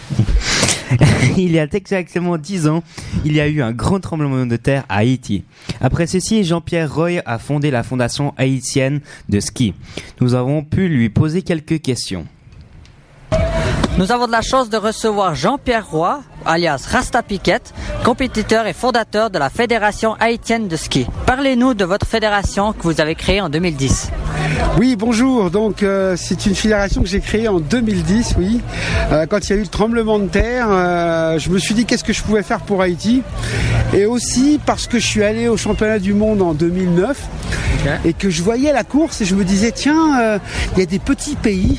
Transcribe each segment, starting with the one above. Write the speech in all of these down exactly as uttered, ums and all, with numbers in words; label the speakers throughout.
Speaker 1: Il y a exactement dix ans, il y a eu un grand tremblement de terre à Haïti. Après ceci, Jean-Pierre Roy a fondé la fondation haïtienne de ski. Nous avons pu lui poser quelques questions.
Speaker 2: Nous avons de la chance de recevoir Jean-Pierre Roy, alias Rasta Piquette, compétiteur et fondateur de la Fédération haïtienne de ski. Parlez-nous de votre fédération que vous avez créée en deux mille dix.
Speaker 3: Oui, bonjour. Donc, euh, c'est une fédération que j'ai créée en deux mille dix, oui. Euh, quand il y a eu le tremblement de terre, euh, je me suis dit qu'est-ce que je pouvais faire pour Haïti. Et aussi parce que je suis allé au championnat du monde en deux mille neuf okay. Et que je voyais la course et je me disais, tiens, euh, il y a des petits pays.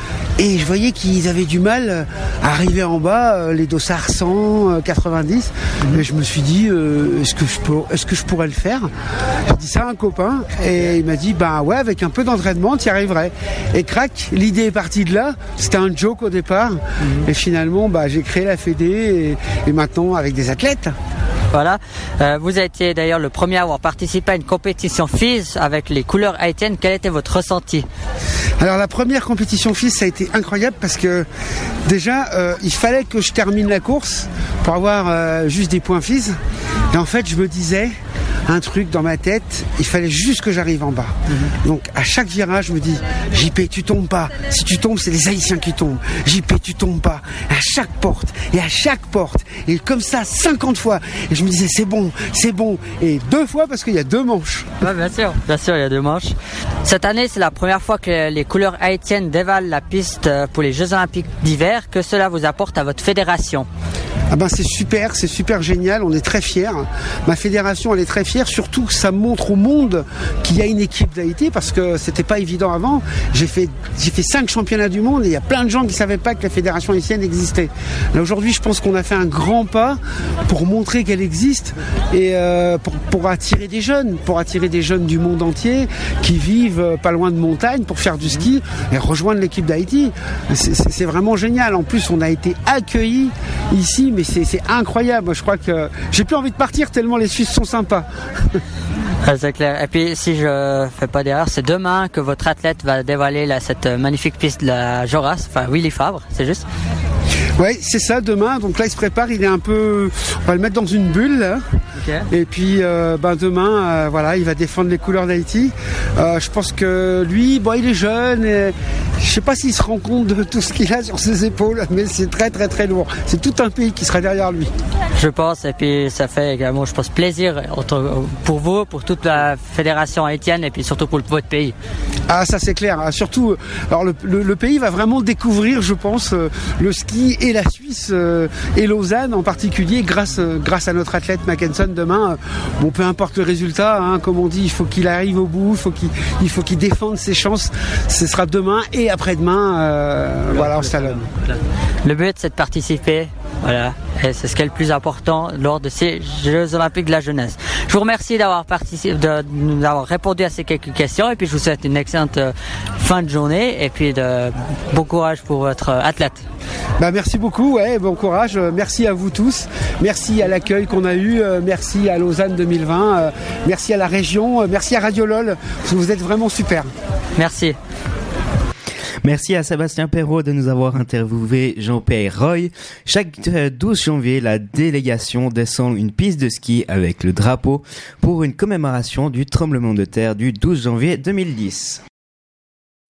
Speaker 3: Et je voyais qu'ils avaient du mal à arriver en bas, les dossards cent, quatre-vingt-dix. Mmh. Et je me suis dit, euh, est-ce que je peux, est-ce que je pourrais le faire ? J'ai dit ça à un copain et il m'a dit, bah ouais, avec un peu d'entraînement, tu y arriverais. Et crac, l'idée est partie de là. C'était un joke au départ. Mmh. Et finalement, bah, j'ai créé la Fédé et, et maintenant avec des athlètes.
Speaker 2: Voilà. Euh, vous avez été d'ailleurs le premier à avoir participé à une compétition F I S avec les couleurs haïtiennes. Quel était votre ressenti ?
Speaker 3: Alors la première compétition F I S, ça a été incroyable parce que déjà, euh, il fallait que je termine la course pour avoir euh, juste des points F I S. Et en fait, je me disais un truc dans ma tête, il fallait juste que j'arrive en bas. Mmh. Donc à chaque virage, je me dis, J P, tu tombes pas. Si tu tombes, c'est les Haïtiens qui tombent. J P, tu tombes pas. À chaque porte, et à chaque porte. Et comme ça, cinquante fois. Et je me disais, c'est bon, c'est bon. Et deux fois parce qu'il y a deux manches.
Speaker 2: Ouais, bien sûr, bien sûr, il y a deux manches. Cette année, c'est la première fois que les couleurs haïtiennes dévalent la piste pour les Jeux Olympiques d'hiver. Que cela vous apporte à votre fédération ?
Speaker 3: Ah ben c'est super, c'est super génial, on est très fiers. Ma fédération, elle est très fière, surtout que ça montre au monde qu'il y a une équipe d'Haïti parce que c'était pas évident avant. J'ai fait, j'ai fait cinq championnats du monde et il y a plein de gens qui savaient pas que la fédération haïtienne existait. Là aujourd'hui, je pense qu'on a fait un grand pas pour montrer qu'elle existe et euh, pour, pour attirer des jeunes, pour attirer des jeunes du monde entier qui vivent pas loin de montagne pour faire du ski et rejoindre l'équipe d'Haïti. C'est, c'est, c'est vraiment génial. En plus, on a été accueillis ici, mais c'est, c'est incroyable. Je crois que j'ai plus envie de partir tellement les Suisses sont sympas.
Speaker 2: Ah, c'est clair. Et puis, si je fais pas d'erreur, c'est demain que votre athlète va dévoiler là, cette magnifique piste de la Joras, enfin Willy Fabre, c'est juste ?
Speaker 3: Oui, c'est ça, demain. Donc là, il se prépare, il est un peu... On va le mettre dans une bulle, là. Okay. Et puis, euh, ben, demain, euh, voilà, il va défendre les couleurs d'Haïti. Euh, je pense que lui, bon, il est jeune. Et je sais pas s'il se rend compte de tout ce qu'il a sur ses épaules, mais c'est très, très, très lourd. C'est tout un pays qui sera derrière lui.
Speaker 2: Je pense, et puis ça fait également, je pense, plaisir pour vous, pour toute la fédération haïtienne, et puis surtout pour votre pays.
Speaker 3: Ah, ça c'est clair. Surtout, alors le, le, le pays va vraiment découvrir, je pense, le ski et la Suisse euh, et Lausanne en particulier, grâce euh, grâce à notre athlète Mackenson demain. Bon, peu importe le résultat, hein, comme on dit, il faut qu'il arrive au bout, il faut qu'il il faut qu'il défende ses chances. Ce sera demain et après-demain, euh, voilà, au Stallone.
Speaker 2: Le but, c'est de participer. Voilà, et c'est ce qui est le plus important lors de ces Jeux Olympiques de la jeunesse. Je vous remercie d'avoir participé, de, d'avoir répondu à ces quelques questions, et puis je vous souhaite une excellente fin de journée, et puis de bon courage pour votre athlète.
Speaker 3: Bah merci beaucoup, ouais, bon courage, merci à vous tous, merci à l'accueil qu'on a eu, merci à Lausanne deux mille vingt, merci à la région, merci à Radio LOL, vous êtes vraiment super.
Speaker 2: Merci.
Speaker 1: Merci à Sébastien Perrault de nous avoir interviewé Jean-Pierre Roy. Chaque douze janvier, la délégation descend une piste de ski avec le drapeau pour une commémoration du tremblement de terre du douze janvier deux mille dix.